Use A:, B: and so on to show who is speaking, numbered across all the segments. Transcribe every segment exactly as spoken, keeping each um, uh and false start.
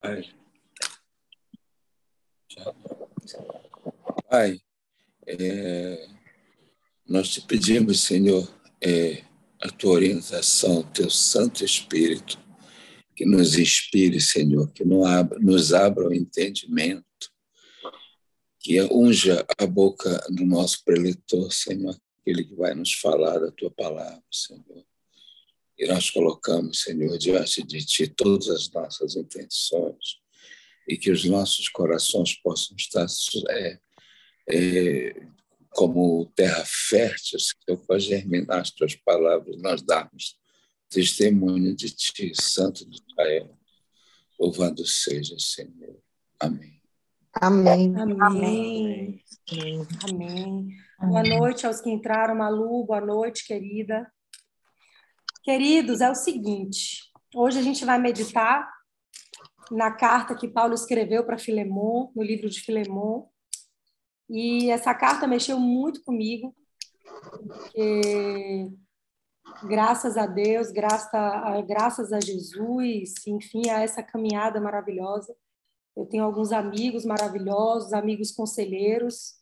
A: Pai, Pai é, nós te pedimos, Senhor, é, a tua orientação, teu Santo Espírito, que nos inspire, Senhor, que nos abra, nos abra o entendimento, que unja a boca do nosso preletor, Senhor, aquele que vai nos falar da tua palavra, Senhor. E nós colocamos, Senhor, diante de ti todas as nossas intenções e que os nossos corações possam estar é, é, como terra fértil, Senhor, para germinar as tuas palavras, nós darmos testemunho de ti, Santo de Israel. Louvado seja, Senhor. Amém.
B: Amém.
C: Amém. Amém. Amém. Boa noite aos que entraram, Malu. Boa noite, querida. Queridos, é o seguinte, hoje a gente vai meditar na carta que Paulo escreveu para Filemon, no livro de Filemon, e essa carta mexeu muito comigo, porque graças a Deus, graças a, graças a Jesus, enfim, a essa caminhada maravilhosa, eu tenho alguns amigos maravilhosos, amigos conselheiros,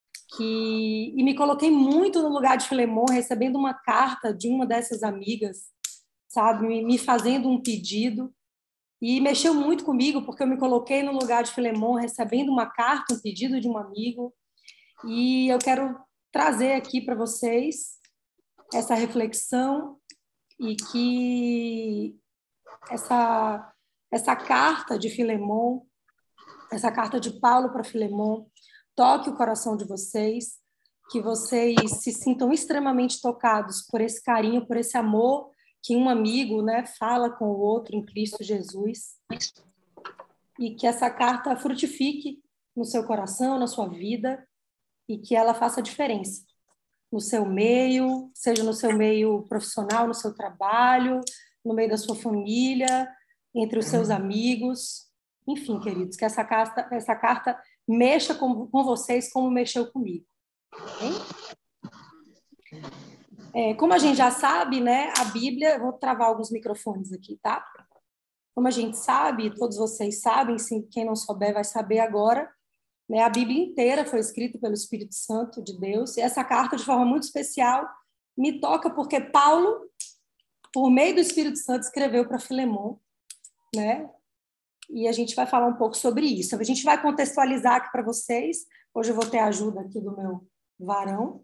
C: que e me coloquei muito no lugar de Filemon, recebendo uma carta de uma dessas amigas, sabe, me, me fazendo um pedido, e mexeu muito comigo, porque eu me coloquei no lugar de Filemon, recebendo uma carta, um pedido de um amigo, e eu quero trazer aqui para vocês essa reflexão e que essa, essa carta de Filemon, essa carta de Paulo para Filemon, toque o coração de vocês, que vocês se sintam extremamente tocados por esse carinho, por esse amor que um amigo, né, fala com o outro em Cristo Jesus, e que essa carta frutifique no seu coração, na sua vida, e que ela faça diferença no seu meio, seja no seu meio profissional, no seu trabalho, no meio da sua família, entre os seus amigos, enfim, queridos, que essa carta, essa carta mexa com, com vocês como mexeu comigo. Hein? É, como a gente já sabe, né, a Bíblia, vou travar alguns microfones aqui, tá? Como a gente sabe, todos vocês sabem, sim, quem não souber vai saber agora, né, a Bíblia inteira foi escrita pelo Espírito Santo de Deus, e essa carta, de forma muito especial, me toca porque Paulo, por meio do Espírito Santo, escreveu para Filemon, né? E a gente vai falar um pouco sobre isso. A gente vai contextualizar aqui para vocês. Hoje eu vou ter a ajuda aqui do meu varão.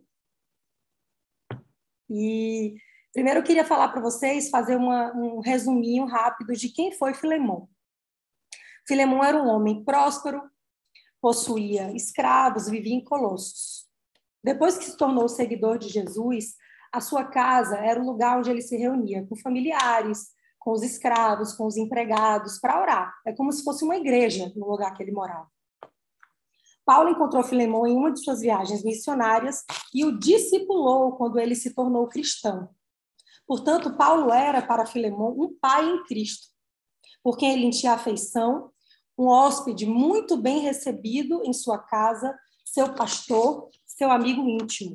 C: E primeiro eu queria falar para vocês, fazer uma, um resuminho rápido de quem foi Filemon. Filemon era um homem próspero, possuía escravos, vivia em Colossos. Depois que se tornou seguidor de Jesus, a sua casa era o lugar onde ele se reunia com familiares, com os escravos, com os empregados, para orar. É como se fosse uma igreja no lugar que ele morava. Paulo encontrou Filemon em uma de suas viagens missionárias e o discipulou quando ele se tornou cristão. Portanto, Paulo era para Filemon um pai em Cristo, por quem ele tinha afeição, um hóspede muito bem recebido em sua casa, seu pastor, seu amigo íntimo.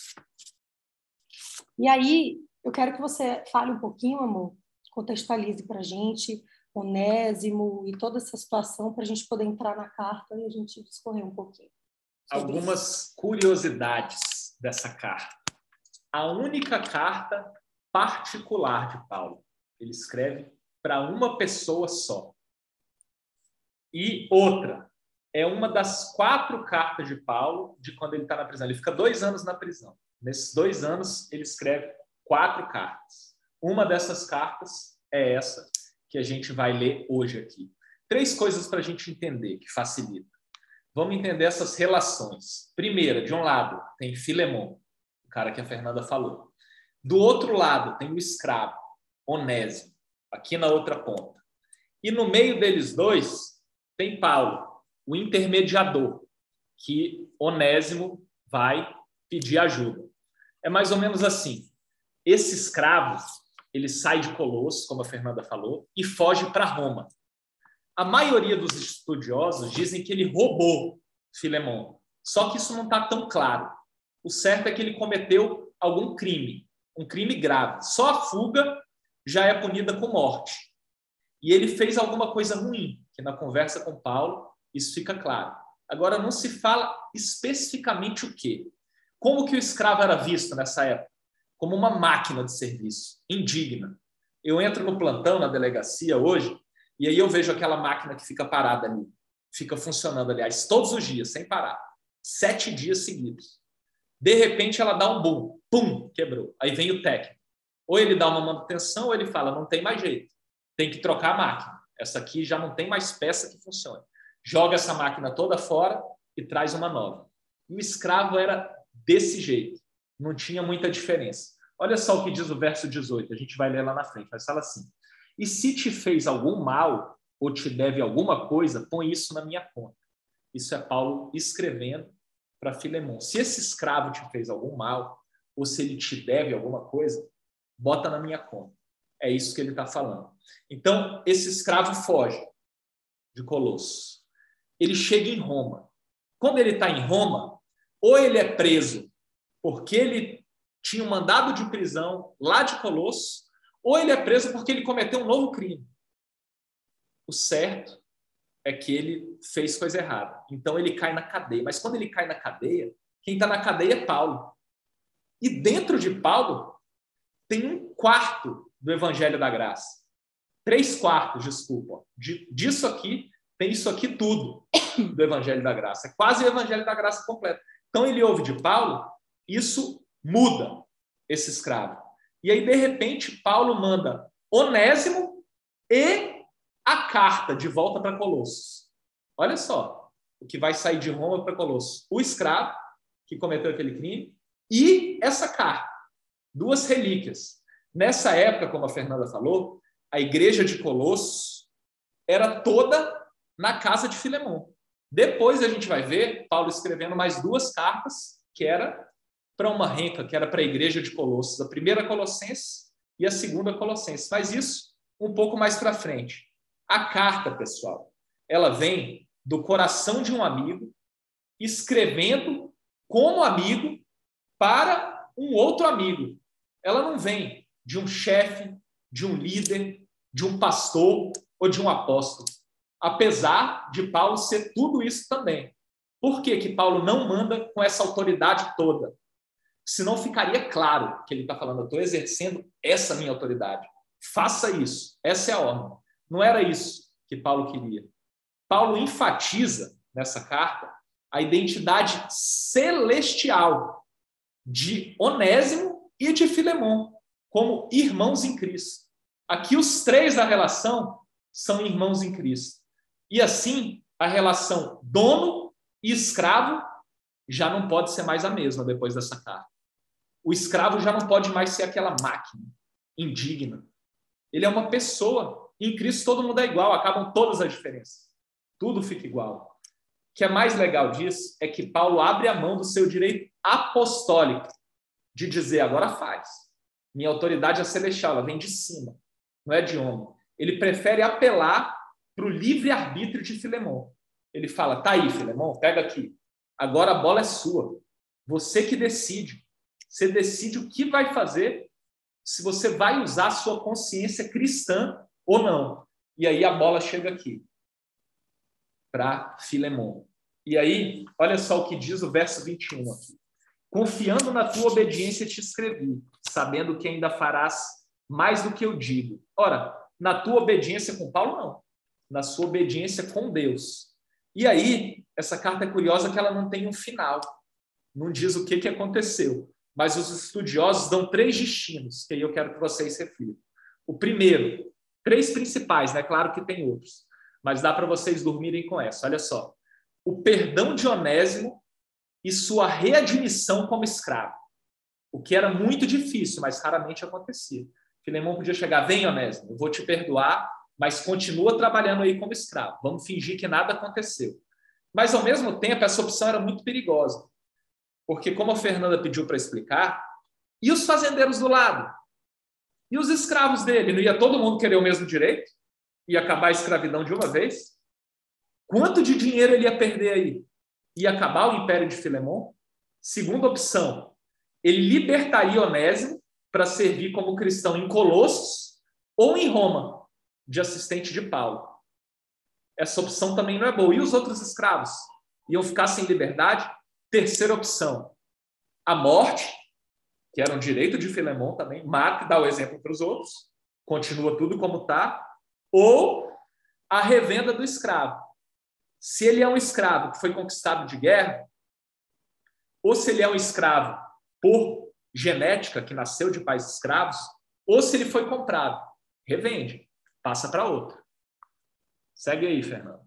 C: E aí, eu quero que você fale um pouquinho, amor, contextualize para a gente Onésimo e toda essa situação para a gente poder entrar na carta e a gente discorrer um pouquinho.
D: Algumas isso. curiosidades dessa carta. A única carta particular de Paulo. Ele escreve para uma pessoa só. E outra, é uma das quatro cartas de Paulo de quando ele está na prisão. Ele fica dois anos na prisão. Nesses dois anos, ele escreve quatro cartas. Uma dessas cartas é essa que a gente vai ler hoje aqui. Três coisas para a gente entender, que facilita. Vamos entender essas relações. Primeira, de um lado, tem Filemon, o cara que a Fernanda falou. Do outro lado, tem o escravo, Onésimo, aqui na outra ponta. E no meio deles dois, tem Paulo, o intermediador, que Onésimo vai pedir ajuda. É mais ou menos assim. Esse escravo, ele sai de Colossos, como a Fernanda falou, e foge para Roma. A maioria dos estudiosos dizem que ele roubou Filemon. Só que isso não está tão claro. O certo é que ele cometeu algum crime, um crime grave. Só a fuga já é punida com morte. E ele fez alguma coisa ruim, que na conversa com Paulo isso fica claro. Agora, não se fala especificamente o quê? Como que o escravo era visto nessa época? Como uma máquina de serviço, indigna. Eu entro no plantão, na delegacia hoje, e aí eu vejo aquela máquina que fica parada ali, fica funcionando, aliás, todos os dias, sem parar. Sete dias seguidos. De repente, ela dá um boom. Pum, quebrou. Aí vem o técnico. Ou ele dá uma manutenção, ou ele fala, não tem mais jeito. Tem que trocar a máquina. Essa aqui já não tem mais peça que funcione. Joga essa máquina toda fora e traz uma nova. E o escravo era desse jeito. Não tinha muita diferença. Olha só o que diz o verso dezoito. A gente vai ler lá na frente. Mas fala assim. E se te fez algum mal ou te deve alguma coisa, põe isso na minha conta. Isso é Paulo escrevendo para Filemon. Se esse escravo te fez algum mal ou se ele te deve alguma coisa, bota na minha conta. É isso que ele está falando. Então, esse escravo foge de Colosso. Ele chega em Roma. Quando ele está em Roma, ou ele é preso porque ele tinha um mandado de prisão lá de Colosso, ou ele é preso porque ele cometeu um novo crime. O certo é que ele fez coisa errada. Então, ele cai na cadeia. Mas quando ele cai na cadeia, quem está na cadeia é Paulo. E dentro de Paulo tem um quarto do Evangelho da Graça. Três quartos, desculpa. Disso aqui, tem isso aqui tudo do Evangelho da Graça. É quase o Evangelho da Graça completo. Então, ele ouve de Paulo, isso muda esse escravo. E aí, de repente, Paulo manda Onésimo e a carta de volta para Colossos. Olha só o que vai sair de Roma para Colossos. O escravo que cometeu aquele crime e essa carta. Duas relíquias. Nessa época, como a Fernanda falou, a igreja de Colossos era toda na casa de Filemon. Depois a gente vai ver Paulo escrevendo mais duas cartas, que era para uma renca, que era para a igreja de Colossos. A primeira Colossenses e a segunda Colossenses. Mas isso um pouco mais para frente. A carta, pessoal, ela vem do coração de um amigo escrevendo como amigo para um outro amigo. Ela não vem de um chefe, de um líder, de um pastor ou de um apóstolo. Apesar de Paulo ser tudo isso também. Por que que Paulo não manda com essa autoridade toda? Senão ficaria claro que ele está falando, eu estou exercendo essa minha autoridade. Faça isso. Essa é a ordem. Não era isso que Paulo queria. Paulo enfatiza nessa carta a identidade celestial de Onésimo e de Filemon como irmãos em Cristo. Aqui os três da relação são irmãos em Cristo. E assim, a relação dono e escravo já não pode ser mais a mesma depois dessa carta. O escravo já não pode mais ser aquela máquina indigna. Ele é uma pessoa. Em Cristo todo mundo é igual, acabam todas as diferenças. Tudo fica igual. O que é mais legal disso é que Paulo abre a mão do seu direito apostólico de dizer, agora faz. Minha autoridade é celestial, ela vem de cima, não é de homem. Ele prefere apelar para o livre-arbítrio de Filemon. Ele fala, tá aí, Filemon, pega aqui. Agora a bola é sua. Você que decide. Você decide o que vai fazer, se você vai usar a sua consciência cristã ou não. E aí a bola chega aqui, para Filemon. E aí, olha só o que diz o verso vinte e um aqui. Confiando na tua obediência te escrevi, sabendo que ainda farás mais do que eu digo. Ora, na tua obediência com Paulo, não. Na sua obediência com Deus. E aí, essa carta é curiosa que ela não tem um final. Não diz o que, que aconteceu. Mas os estudiosos dão três destinos, que aí eu quero que vocês reflitam. O primeiro, três principais, né? Claro que tem outros, mas dá para vocês dormirem com essa. Olha só. O perdão de Onésimo e sua readmissão como escravo. O que era muito difícil, mas raramente acontecia. Filemon podia chegar, vem, Onésimo, eu vou te perdoar, mas continua trabalhando aí como escravo. Vamos fingir que nada aconteceu. Mas, ao mesmo tempo, essa opção era muito perigosa. Porque, como a Fernanda pediu para explicar, e os fazendeiros do lado? E os escravos dele? Não ia todo mundo querer o mesmo direito? Ia acabar a escravidão de uma vez? Quanto de dinheiro ele ia perder aí? Ia acabar o império de Filemon? Segunda opção, ele libertaria Onésimo para servir como cristão em Colossos ou em Roma, de assistente de Paulo. essa opção também não é boa. E os outros escravos? Iam ficar sem liberdade? Terceira opção, a morte, que era um direito de Filemon também, mata e dá o exemplo para os outros, continua tudo como está, ou a revenda do escravo. Se ele é um escravo que foi conquistado de guerra, ou se ele é um escravo por genética, que nasceu de pais escravos, ou se ele foi comprado, revende, passa para outro. Segue aí, Fernanda.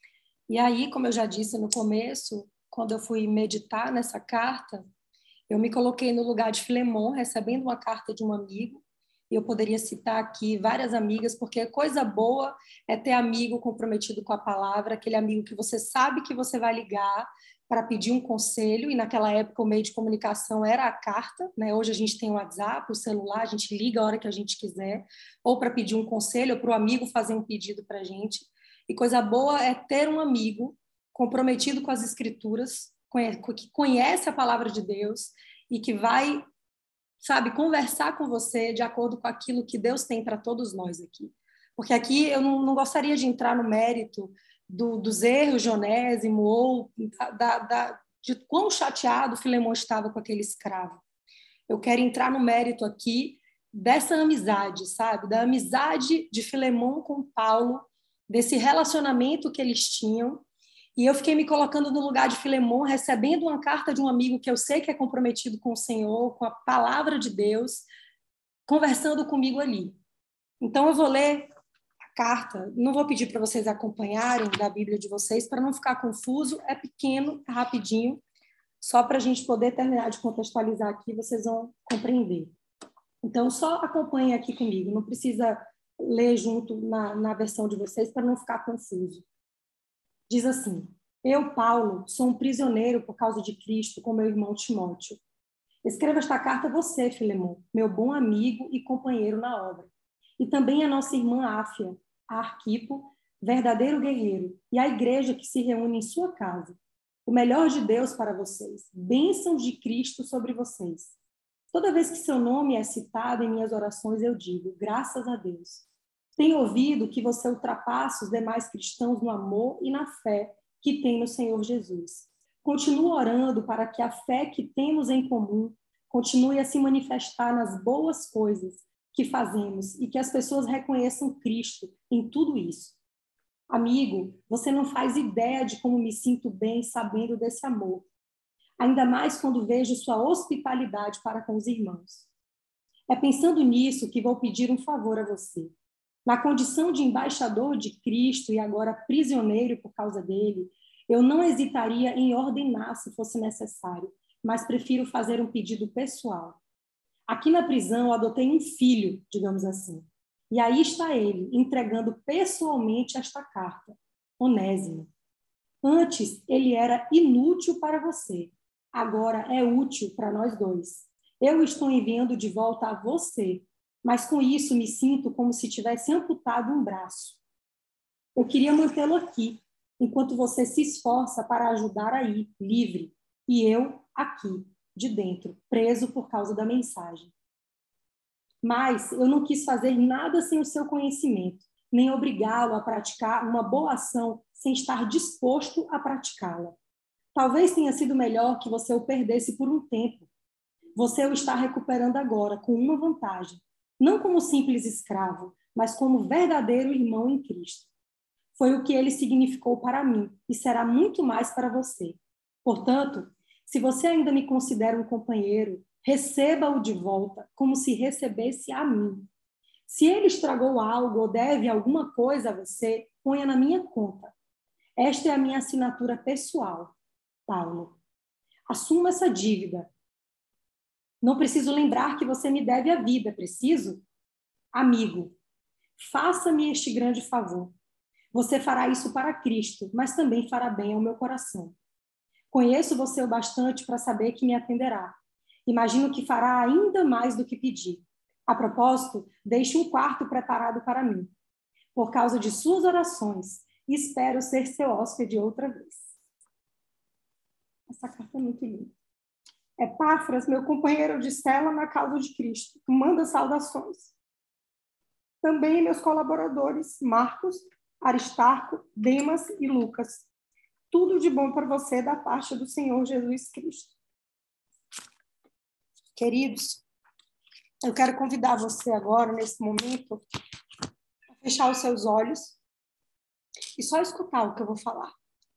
C: E aí, como eu já disse no começo, quando eu fui meditar nessa carta, eu me coloquei no lugar de Filemon, recebendo uma carta de um amigo, e eu poderia citar aqui várias amigas, porque coisa boa é ter amigo comprometido com a palavra, aquele amigo que você sabe que você vai ligar para pedir um conselho, e naquela época o meio de comunicação era a carta, né? Hoje a gente tem o WhatsApp, o celular, a gente liga a hora que a gente quiser, ou para pedir um conselho, ou para o amigo fazer um pedido para a gente. E coisa boa é ter um amigo comprometido com as Escrituras, que conhece a palavra de Deus e que vai, sabe, conversar com você de acordo com aquilo que Deus tem para todos nós aqui. Porque aqui eu não, não gostaria de entrar no mérito do, dos erros de Onésimo ou da, da, de quão chateado Filemon estava com aquele escravo. Eu quero entrar no mérito aqui dessa amizade, sabe? Da amizade de Filemon com Paulo, desse relacionamento que eles tinham. E eu fiquei me colocando no lugar de Filemon, recebendo uma carta de um amigo que eu sei que é comprometido com o Senhor, com a palavra de Deus, conversando comigo ali. Então, eu vou ler a carta. Não vou pedir para vocês acompanharem da Bíblia de vocês, para não ficar confuso. É pequeno, é rapidinho, só para a gente poder terminar de contextualizar aqui, vocês vão compreender. Então, só acompanhem aqui comigo. Não precisa ler junto na, na versão de vocês, para não ficar confuso. Diz assim: eu, Paulo, sou um prisioneiro por causa de Cristo com meu irmão Timóteo. Escreva esta carta a você, Filemon, meu bom amigo e companheiro na obra. E também a nossa irmã Áfia, a Arquipo, verdadeiro guerreiro, e a igreja que se reúne em sua casa. O melhor de Deus para vocês, bênçãos de Cristo sobre vocês. Toda vez que seu nome é citado em minhas orações, eu digo, graças a Deus. Tenho ouvido que você ultrapassa os demais cristãos no amor e na fé que tem no Senhor Jesus. Continuo orando para que a fé que temos em comum continue a se manifestar nas boas coisas que fazemos e que as pessoas reconheçam Cristo em tudo isso. Amigo, você não faz ideia de como me sinto bem sabendo desse amor. Ainda mais quando vejo sua hospitalidade para com os irmãos. É pensando nisso que vou pedir um favor a você. Na condição de embaixador de Cristo e agora prisioneiro por causa dele, eu não hesitaria em ordenar se fosse necessário, mas prefiro fazer um pedido pessoal. Aqui na prisão, eu adotei um filho, digamos assim. E aí está ele, entregando pessoalmente esta carta, Onésimo. Antes, ele era inútil para você. Agora é útil para nós dois. Eu estou enviando de volta a você, mas com isso me sinto como se tivesse amputado um braço. Eu queria mantê-lo aqui, enquanto você se esforça para ajudar a ir, livre, e eu aqui, de dentro, preso por causa da mensagem. Mas eu não quis fazer nada sem o seu conhecimento, nem obrigá-lo a praticar uma boa ação sem estar disposto a praticá-la. Talvez tenha sido melhor que você o perdesse por um tempo. Você o está recuperando agora, com uma vantagem. Não como simples escravo, mas como verdadeiro irmão em Cristo. Foi o que ele significou para mim e será muito mais para você. Portanto, se você ainda me considera um companheiro, receba-o de volta como se recebesse a mim. Se ele estragou algo ou deve alguma coisa a você, ponha na minha conta. Esta é a minha assinatura pessoal, Paulo. Assuma essa dívida. Não preciso lembrar que você me deve a vida, preciso? Amigo, faça-me este grande favor. Você fará isso para Cristo, mas também fará bem ao meu coração. Conheço você o bastante para saber que me atenderá. Imagino que fará ainda mais do que pedir. A propósito, deixe um quarto preparado para mim. Por causa de suas orações, espero ser seu hóspede outra vez. Essa carta é muito linda. Epáfras, meu companheiro de cela na causa de Cristo, manda saudações. Também meus colaboradores, Marcos Aristarco, Demas e Lucas. Tudo de bom para você da parte do Senhor Jesus Cristo. Queridos, eu quero convidar você agora, nesse momento, a fechar os seus olhos e só escutar o que eu vou falar.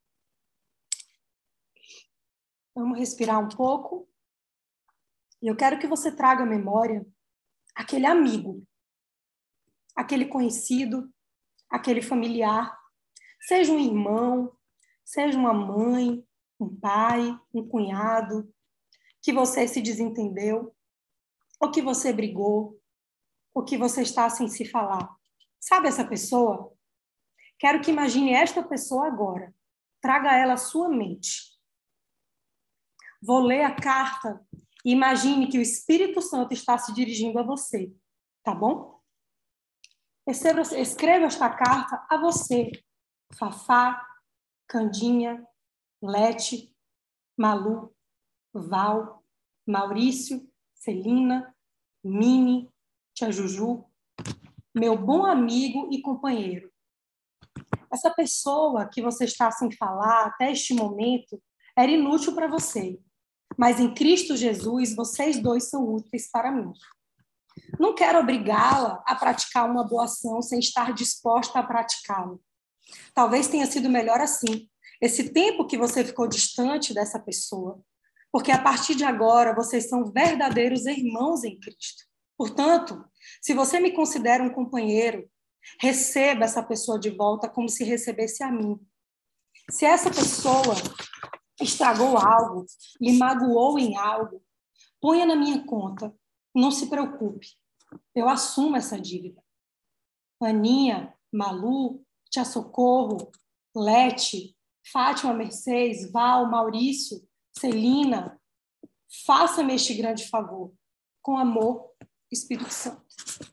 C: Vamos respirar um pouco. E eu quero que você traga à memória aquele amigo, aquele conhecido, aquele familiar, seja um irmão, seja uma mãe, um pai, um cunhado, que você se desentendeu, ou que você brigou, ou que você está sem se falar. Sabe essa pessoa? Quero que imagine esta pessoa agora. Traga ela à sua mente. Vou ler a carta e imagine que o Espírito Santo está se dirigindo a você, tá bom? Escreva, escreva esta carta a você, Fafá, Candinha, Lete, Malu, Val, Maurício, Celina, Mini, Tia Juju, meu bom amigo e companheiro. Essa pessoa que você está sem falar até este momento era inútil para você, mas em Cristo Jesus vocês dois são úteis para mim. Não quero obrigá-la a praticar uma boa ação sem estar disposta a praticá-la. Talvez tenha sido melhor assim, esse tempo que você ficou distante dessa pessoa, porque a partir de agora vocês são verdadeiros irmãos em Cristo. Portanto, se você me considera um companheiro, receba essa pessoa de volta como se recebesse a mim. Se essa pessoa estragou algo, lhe magoou em algo, ponha na minha conta, não se preocupe, eu assumo essa dívida. Aninha, Malu, Tia Socorro, Lete, Fátima Mercedes, Val, Maurício, Celina, faça-me este grande favor. Com amor, Espírito Santo.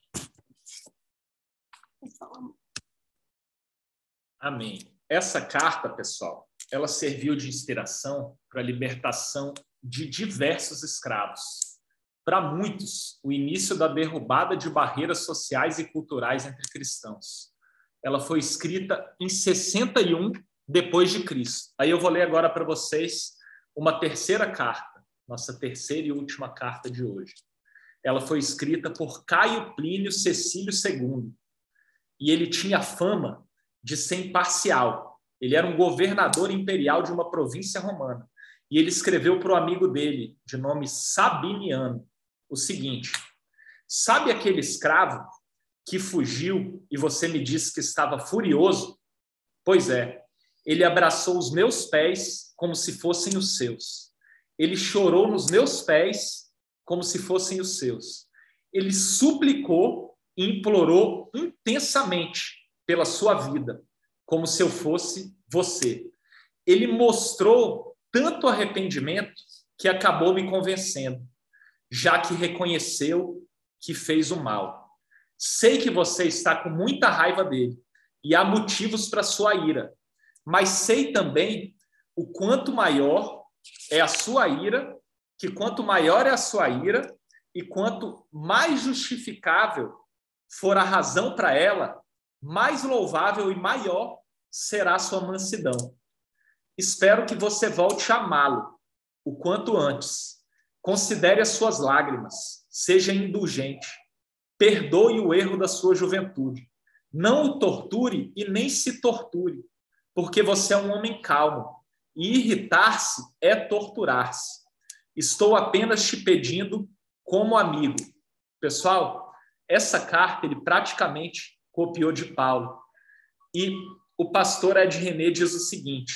D: Amém. Essa carta, pessoal, ela serviu de inspiração para a libertação de diversos escravos. Para muitos, o início da derrubada de barreiras sociais e culturais entre cristãos. Ela foi escrita em sessenta e um depois de Cristo. Aí eu vou ler agora para vocês uma terceira carta, nossa terceira e última carta de hoje. Ela foi escrita por Caio Plínio Cecílio segundo. E ele tinha fama de ser imparcial. Ele era um governador imperial de uma província romana. E ele escreveu para o amigo dele, de nome Sabiniano, o seguinte: sabe aquele escravo que fugiu e você me disse que estava furioso? Pois é, ele abraçou os meus pés como se fossem os seus. Ele chorou nos meus pés como se fossem os seus. Ele suplicou e implorou intensamente pela sua vida, como se eu fosse você. Ele mostrou tanto arrependimento que acabou me convencendo, já que reconheceu que fez o mal. Sei que você está com muita raiva dele e há motivos para sua ira, mas sei também o quanto maior é a sua ira, que quanto maior é a sua ira e quanto mais justificável for a razão para ela, mais louvável e maior será a sua mansidão. Espero que você volte a amá-lo o quanto antes. Considere as suas lágrimas, seja indulgente, perdoe o erro da sua juventude. Não o torture e nem se torture, porque você é um homem calmo, e irritar-se é torturar-se. Estou apenas te pedindo como amigo. Pessoal, essa carta ele praticamente copiou de Paulo. E o pastor Ed René diz o seguinte,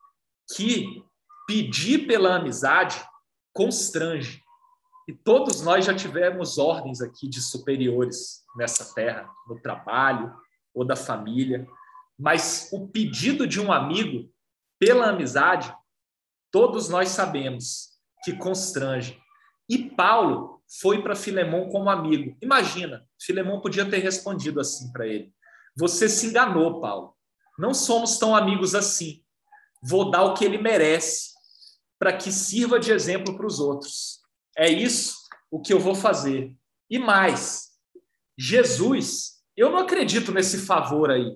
D: que pedir pela amizade constrange. E todos nós já tivemos ordens aqui de superiores nessa terra, no trabalho ou da família, mas o pedido de um amigo pela amizade, todos nós sabemos que constrange. E Paulo foi para Filemão como amigo. Imagina, Filemão podia ter respondido assim para ele: você se enganou, Paulo. Não somos tão amigos assim. Vou dar o que ele merece para que sirva de exemplo para os outros. É isso o que eu vou fazer. E mais, Jesus, eu não acredito nesse favor aí.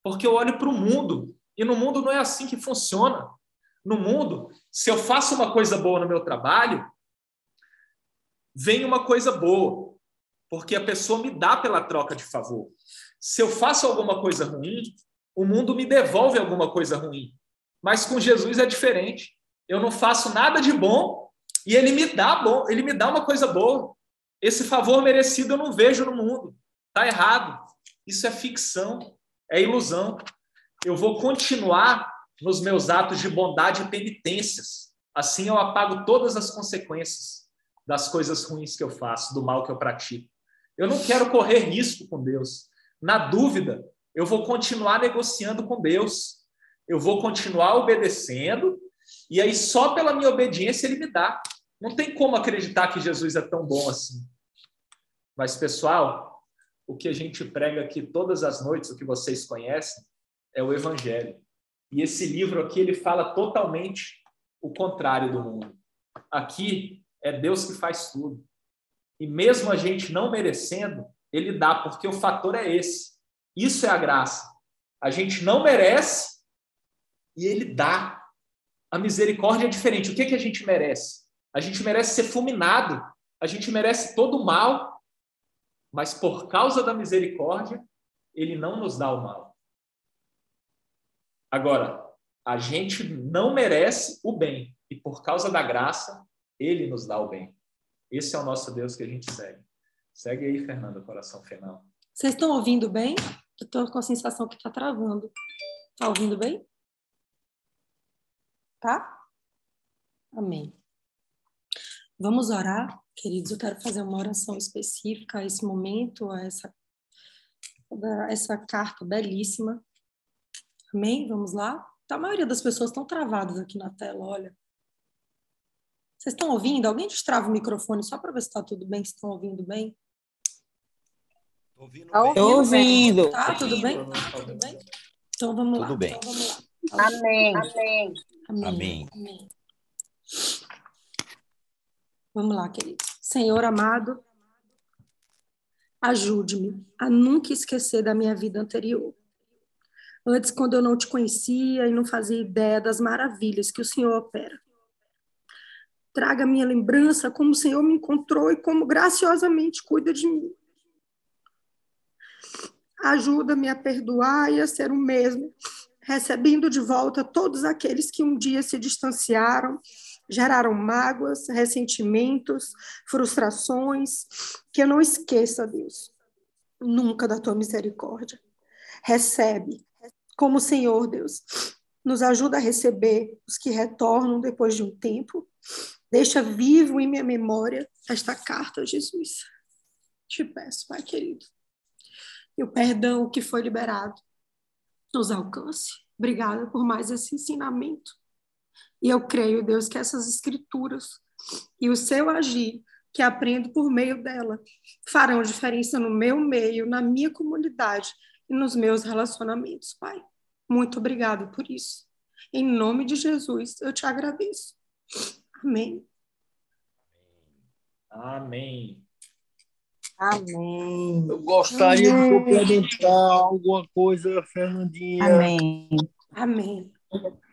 D: Porque eu olho para o mundo, e no mundo não é assim que funciona. No mundo, se eu faço uma coisa boa no meu trabalho, vem uma coisa boa, porque a pessoa me dá pela troca de favor. Se eu faço alguma coisa ruim, o mundo me devolve alguma coisa ruim. Mas com Jesus é diferente. Eu não faço nada de bom e ele me dá bom, ele me dá uma coisa boa. Esse favor merecido eu não vejo no mundo. Está errado. Isso é ficção, é ilusão. Eu vou continuar nos meus atos de bondade e penitências. Assim eu apago todas as consequências das coisas ruins que eu faço, do mal que eu pratico. Eu não quero correr risco com Deus. Na dúvida, eu vou continuar negociando com Deus. Eu vou continuar obedecendo e aí só pela minha obediência ele me dá. Não tem como acreditar que Jesus é tão bom assim. Mas, pessoal, o que a gente prega aqui todas as noites, o que vocês conhecem, é o Evangelho. E esse livro aqui, ele fala totalmente o contrário do mundo. Aqui é Deus que faz tudo. E mesmo a gente não merecendo, ele dá, porque o fator é esse. Isso é a graça. A gente não merece e ele dá. A misericórdia é diferente. O que, que a gente merece? A gente merece ser fulminado. A gente merece todo o mal. Mas por causa da misericórdia, ele não nos dá o mal. Agora, a gente não merece o bem. E por causa da graça, ele nos dá o bem. Esse é o nosso Deus que a gente segue. Segue aí, Fernanda, coração final.
C: Vocês estão ouvindo bem? Eu estou com a sensação que está travando. Está ouvindo bem? Tá? Amém. Vamos orar, queridos. Eu quero fazer uma oração específica a esse momento, a essa, a essa carta belíssima. Amém? Vamos lá? A maioria das pessoas estão travadas aqui na tela, olha. Vocês estão ouvindo? Alguém destrava o microfone só para ver se está tudo bem, se estão ouvindo bem?
B: Estou ouvindo.
C: Tá, tudo bem? Tá, tudo bem? Então vamos lá.
B: Tudo bem.
C: Então, vamos lá.
B: Amém.
C: Amém. Amém.
B: Amém.
C: Amém. Vamos lá, querido. Senhor amado, ajude-me a nunca esquecer da minha vida anterior. Antes, quando eu não te conhecia e não fazia ideia das maravilhas que o Senhor opera. Traga a minha lembrança como o Senhor me encontrou e como graciosamente cuida de mim. Ajuda-me a perdoar e a ser o mesmo, recebendo de volta todos aqueles que um dia se distanciaram, geraram mágoas, ressentimentos, frustrações, que eu não esqueça, Deus, nunca da tua misericórdia. Recebe, como o Senhor, Deus, nos ajuda a receber os que retornam depois de um tempo. Deixa vivo em minha memória esta carta, Jesus. Te peço, Pai querido, e o perdão que foi liberado nos alcance. Obrigada por mais esse ensinamento. E eu creio, Deus, que essas escrituras e o seu agir, que aprendo por meio dela, farão diferença no meu meio, na minha comunidade e nos meus relacionamentos, Pai. Muito obrigada por isso. Em nome de Jesus, eu te agradeço. Amém.
D: Amém.
B: Amém.
E: Eu gostaria de complementar alguma coisa, Fernandinha.
B: Amém.
C: Amém.